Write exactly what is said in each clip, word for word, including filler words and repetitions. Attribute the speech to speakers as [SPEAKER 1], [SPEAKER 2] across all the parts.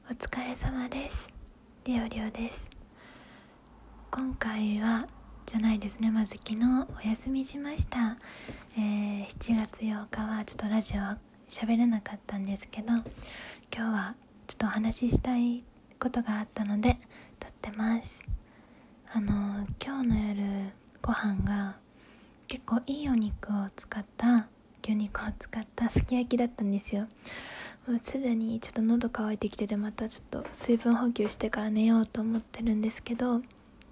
[SPEAKER 1] お疲れ様です。りょうりょうです。今回はじゃないですねまず昨日お休みしました、えー、しちがつようかはちょっとラジオ喋れなかったんですけど、今日はちょっとお話ししたいことがあったので撮ってます。あの今日の夜ご飯が結構いいお肉を使った牛肉を使ったすき焼きだったんですよ。もうすでにちょっと喉乾いてきてて、またちょっと水分補給してから寝ようと思ってるんですけど、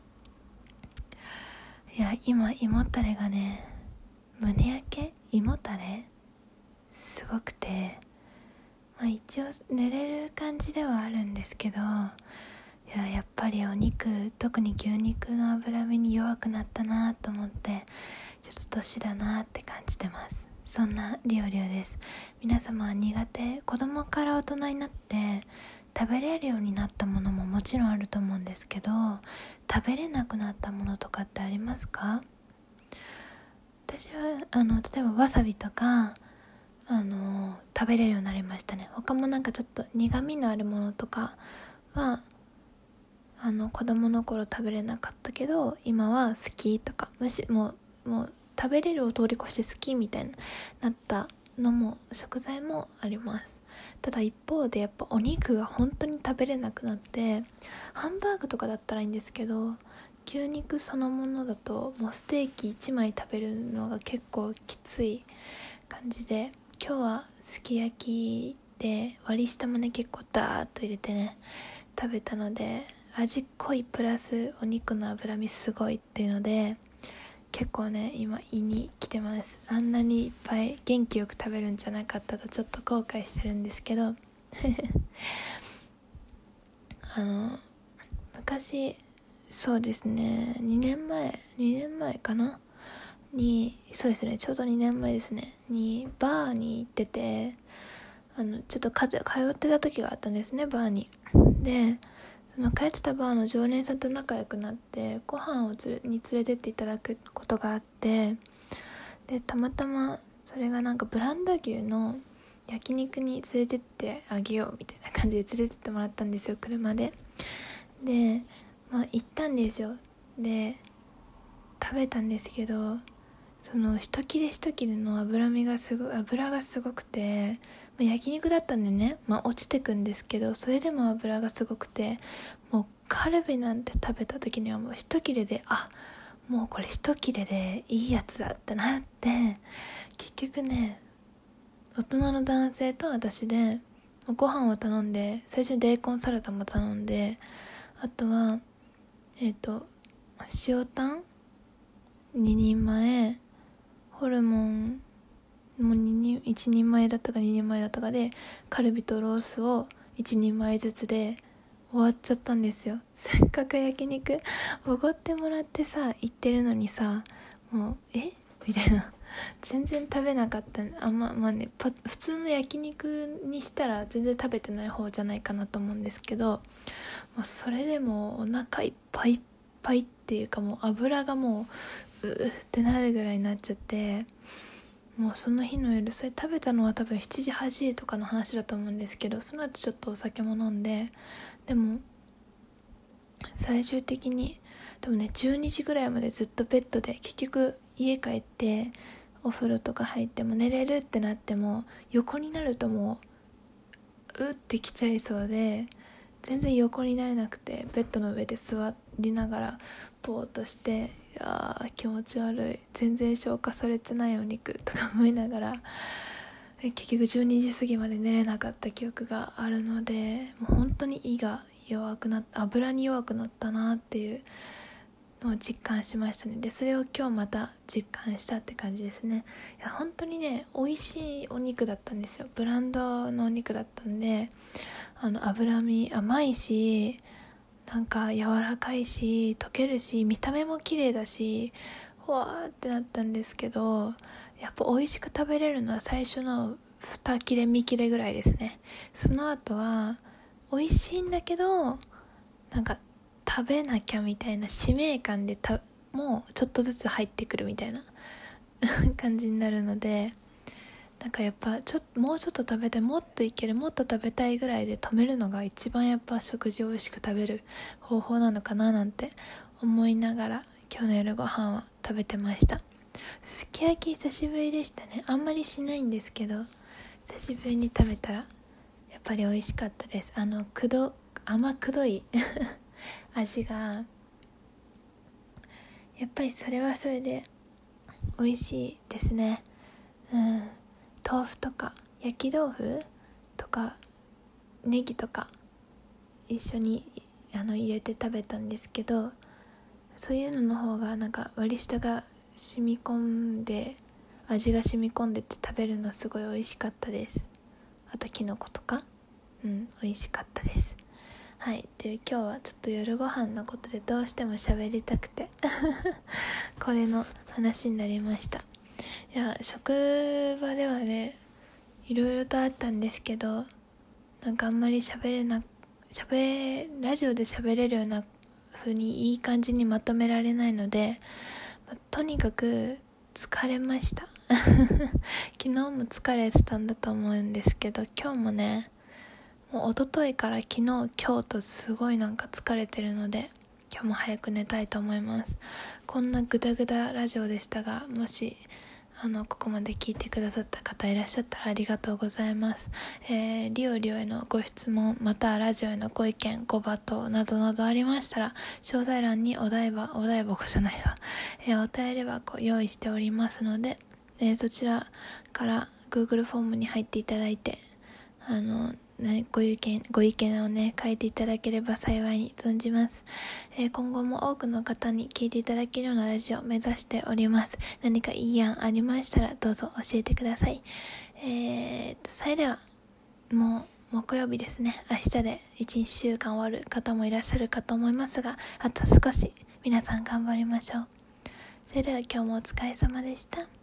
[SPEAKER 1] いや今胃もたれがね、胸焼け胃もたれすごくて、まあ一応寝れる感じではあるんですけど、いややっぱりお肉、特に牛肉の脂身に弱くなったなと思って、ちょっと年だなって感じてます。そんなりょうりょうです。皆様は苦手、子供から大人になって食べれるようになったものももちろんあると思うんですけど、食べれなくなったものとかってありますか？私はあの例えばわさびとかあの食べれるようになりましたね。他もなんかちょっと苦味のあるものとかはあの子供の頃食べれなかったけど、今は好きとか、むしもうもう食べれるを通り越して好きみたいになったのも食材もあります。ただ一方でやっぱお肉が本当に食べれなくなって、ハンバーグとかだったらいいんですけど、牛肉そのものだともうステーキいちまい食べるのが結構きつい感じで、今日はすき焼きで割り下もね結構ダーッと入れてね食べたので、味濃いプラスお肉の脂身すごいっていうので結構ね今胃に来てます。あんなにいっぱい元気よく食べるんじゃなかったとちょっと後悔してるんですけどあの昔そうですねにねんまえにねんまえかなにそうですねちょうどにねんまえですねにバーに行ってて、あのちょっとか通ってた時があったんですね、バーに。でその通ってたバーの常連さんと仲良くなって、ご飯をつれに連れてっていただくことがあって、でたまたまそれがなんかブランド牛の焼肉に連れてってあげようみたいな感じで連れてってもらったんですよ、車で。でまあ行ったんですよ。で食べたんですけど、その一切れ一切れの脂身がすご油がすごくて、まあ、焼肉だったんでね、まあ、落ちてくんですけど、それでも油がすごくて、もうカルビなんて食べた時にはもう一切れで、あもうこれ一切れでいいやつだったなって、結局ね大人の男性と私でご飯を頼んで、最初にベーコンサラダも頼んで、あとはえっと塩タンににんまえ、ホルモンもににんいちにんまえだったかににんまえだったかで、カルビとロースをいちにんまえずつで終わっちゃったんですよ。せっかく焼肉おごってもらってさ行ってるのにさ、もうえみたいな、全然食べなかった。あままあねパ普通の焼肉にしたら全然食べてない方じゃないかなと思うんですけど、まあ、それでもお腹いっぱいいっぱいっていうか、もう油がもううーってなるぐらいになっちゃって、もうその日の夜、それ食べたのは多分しちじはちじとかの話だと思うんですけど、その後ちょっとお酒も飲んで、でも最終的に多分ねじゅうにじぐらいまでずっとベッドで、結局家帰ってお風呂とか入っても寝れるってなっても横になるともううってきちゃいそうで、全然横になれなくて、ベッドの上で座りながらぼーっとして、いやー気持ち悪い、全然消化されてないお肉とか思いながら、結局じゅうにじ過ぎまで寝れなかった記憶があるので、もう本当に胃が弱くなった、油に弱くなったなっていうのを実感しましたね。でそれを今日また実感したって感じですね。いや本当にね美味しいお肉だったんですよ。ブランドのお肉だったんで、あの脂身甘いし、なんか柔らかいし溶けるし、見た目も綺麗だし、ほわーってなったんですけど、やっぱ美味しく食べれるのは最初のに切れみ切れぐらいですね。その後は美味しいんだけど、なんか食べなきゃみたいな使命感でたもうちょっとずつ入ってくるみたいな感じになるので、 なんかやっぱちょっともうちょっと食べたい、もっといける、もっと食べたいぐらいで止めるのが一番やっぱ食事を美味しく食べる方法なのかななんて思いながら今日の夜ご飯は食べてました。すき焼き久しぶりでしたね。あんまりしないんですけど久しぶりに食べたらやっぱり美味しかったです。あのくど甘くどい味がやっぱりそれはそれで美味しいですね。うん豆腐とか焼き豆腐とかネギとか一緒にあの入れて食べたんですけど、そういうのの方がなんか割り下が染み込んで味が染み込んでて食べるのすごい美味しかったです。あとキノコとかうん美味しかったです。はい、で今日はちょっと夜ご飯のことでどうしても喋りたくてこれの話になりました。いや職場ではねいろいろとあったんですけど、なんかあんまり喋れな喋ラジオで喋れるような風にいい感じにまとめられないので、まあ、とにかく疲れました昨日も疲れてたんだと思うんですけど、今日もねもう一昨日から昨日今日とすごいなんか疲れてるので今日も早く寝たいと思います。こんなグダグダラジオでしたが、もしあのここまで聞いてくださった方いらっしゃったらありがとうございます。えー、リオリオへのご質問またはラジオへのご意見ご罵倒などなどありましたら詳細欄にお台場お台箱じゃないわ、えー、お便り箱用意しておりますので、えー、そちらから Google フォームに入っていただいてあのね、ご意見、ご意見をね、書いていただければ幸いに存じます。えー、今後も多くの方に聞いていただけるようなラジオを目指しております。何かいい案ありましたらどうぞ教えてください。えーと、それでは、もう木曜日ですね。明日で一週間終わる方もいらっしゃるかと思いますが、あと少し皆さん頑張りましょう。それでは今日もお疲れ様でした。